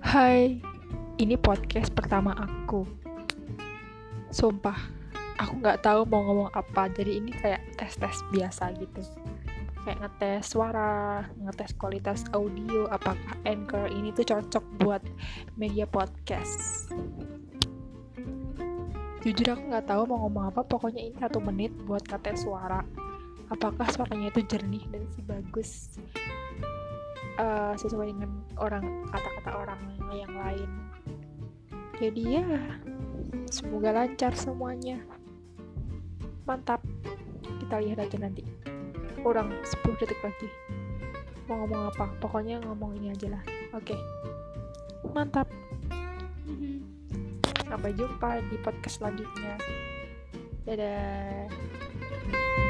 Hai, ini podcast pertama aku. Sumpah, aku nggak tahu mau ngomong apa. Jadi ini kayak tes-tes biasa gitu. Kayak ngetes suara, ngetes kualitas audio, apakah Anchor ini tuh cocok buat media podcast. Jujur aku nggak tahu mau ngomong apa. Pokoknya ini 1 menit buat ngetes suara. Apakah suaranya itu jernih dan bagus sesuai dengan kata-kata orang yang lain. Jadi ya, semoga lancar semuanya. Mantap. Kita lihat aja nanti. Kurang 10 detik lagi. Mau ngomong apa? Pokoknya ngomong ini aja lah. Oke. Mantap. Sampai jumpa di podcast selanjutnya. Dadah.